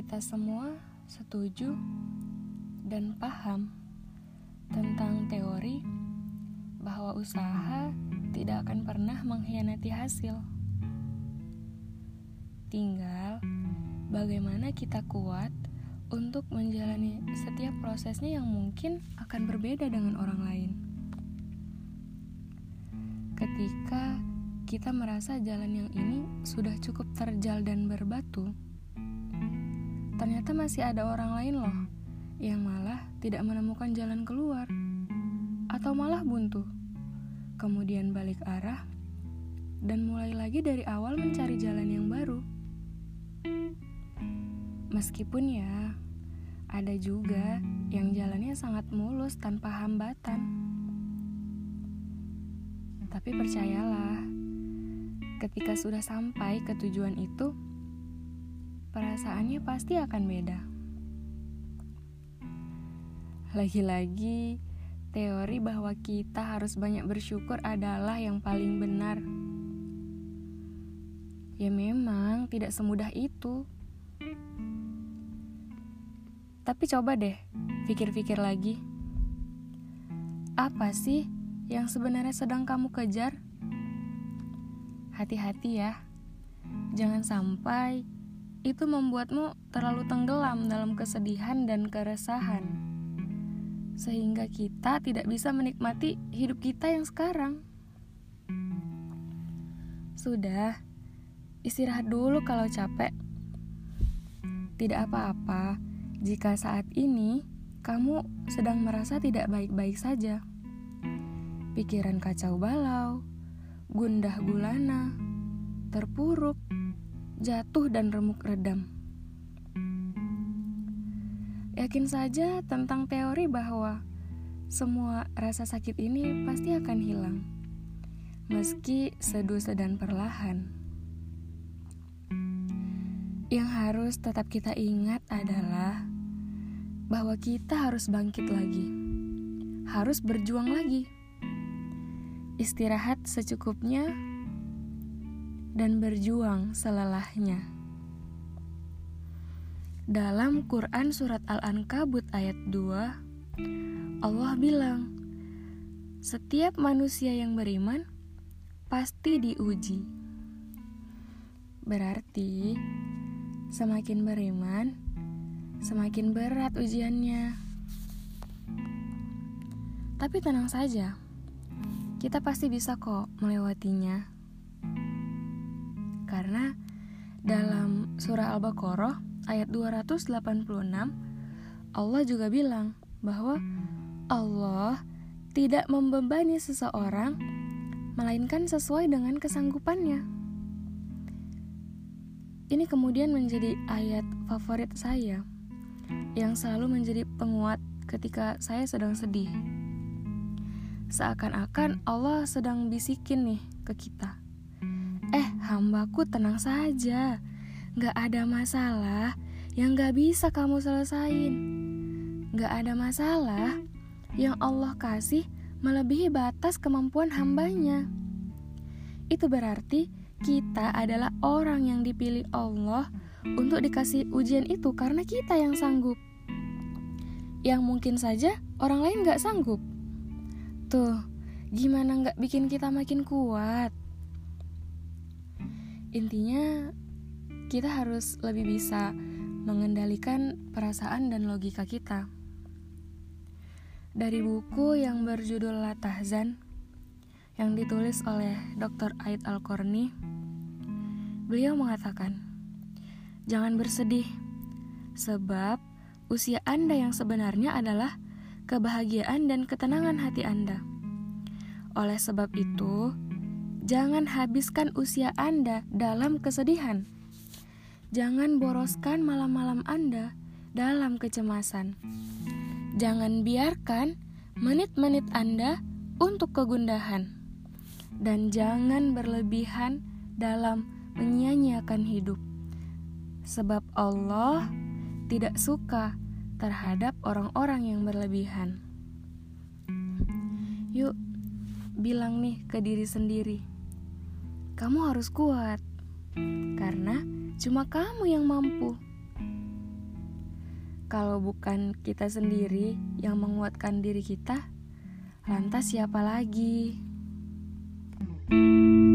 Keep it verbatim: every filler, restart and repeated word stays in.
Kita semua setuju dan paham tentang teori bahwa usaha tidak akan pernah mengkhianati hasil. Tinggal bagaimana kita kuat untuk menjalani setiap prosesnya yang mungkin akan berbeda dengan orang lain. Ketika kita merasa jalan yang ini sudah cukup terjal dan berbatu, ternyata masih ada orang lain loh yang malah tidak menemukan jalan keluar, atau malah buntu, kemudian balik arah dan mulai lagi dari awal mencari jalan yang baru. Meskipun ya, ada juga yang jalannya sangat mulus tanpa hambatan. Tapi percayalah, ketika sudah sampai ke tujuan itu, perasaannya pasti akan beda. Lagi-lagi, teori bahwa kita harus banyak bersyukur adalah yang paling benar. Ya memang tidak semudah itu. Tapi coba deh, pikir-pikir lagi. Apa sih yang sebenarnya sedang kamu kejar? Hati-hati ya. Jangan sampai itu membuatmu terlalu tenggelam dalam kesedihan dan keresahan, sehingga kita tidak bisa menikmati hidup kita yang sekarang. Sudah, istirahat dulu kalau capek. Tidak apa-apa jika saat ini kamu sedang merasa tidak baik-baik saja. Pikiran kacau balau, gundah gulana, terpuruk, jatuh dan remuk redam. Yakin saja tentang teori bahwa semua rasa sakit ini pasti akan hilang, meski sedusa dan perlahan. Yang harus tetap kita ingat adalah bahwa kita harus bangkit lagi, harus berjuang lagi, istirahat secukupnya, dan berjuang selelahnya. Dalam Quran Surat Al-Ankabut ayat dua, Allah bilang, setiap manusia yang beriman pasti diuji. Berarti semakin beriman, semakin berat ujiannya. Tapi tenang saja, kita pasti bisa kok melewatinya. Karena dalam surah Al-Baqarah ayat dua ratus delapan puluh enam, Allah juga bilang bahwa Allah tidak membebani seseorang melainkan sesuai dengan kesanggupannya. Ini kemudian menjadi ayat favorit saya yang selalu menjadi penguat ketika saya sedang sedih. Seakan-akan Allah sedang bisikin nih ke kita, Eh hambaku tenang saja, gak ada masalah yang gak bisa kamu selesain. Gak ada masalah yang Allah kasih melebihi batas kemampuan hambanya. Itu berarti kita adalah orang yang dipilih Allah untuk dikasih ujian itu karena kita yang sanggup, yang mungkin saja orang lain gak sanggup. Tuh, gimana gak bikin kita makin kuat? Intinya, kita harus lebih bisa mengendalikan perasaan dan logika kita. Dari buku yang berjudul La Tahzan, yang ditulis oleh doktor Aid Al-Qarni, beliau mengatakan, jangan bersedih, sebab usia Anda yang sebenarnya adalah kebahagiaan dan ketenangan hati Anda. Oleh sebab itu, jangan habiskan usia Anda dalam kesedihan. Jangan boroskan malam-malam Anda dalam kecemasan. Jangan biarkan menit-menit Anda untuk kegundahan. Dan jangan berlebihan dalam menyia-nyiakan hidup. Sebab Allah tidak suka terhadap orang-orang yang berlebihan. Yuk, bilang nih ke diri sendiri, kamu harus kuat, karena cuma kamu yang mampu. Kalau bukan kita sendiri yang menguatkan diri kita, lantas siapa lagi?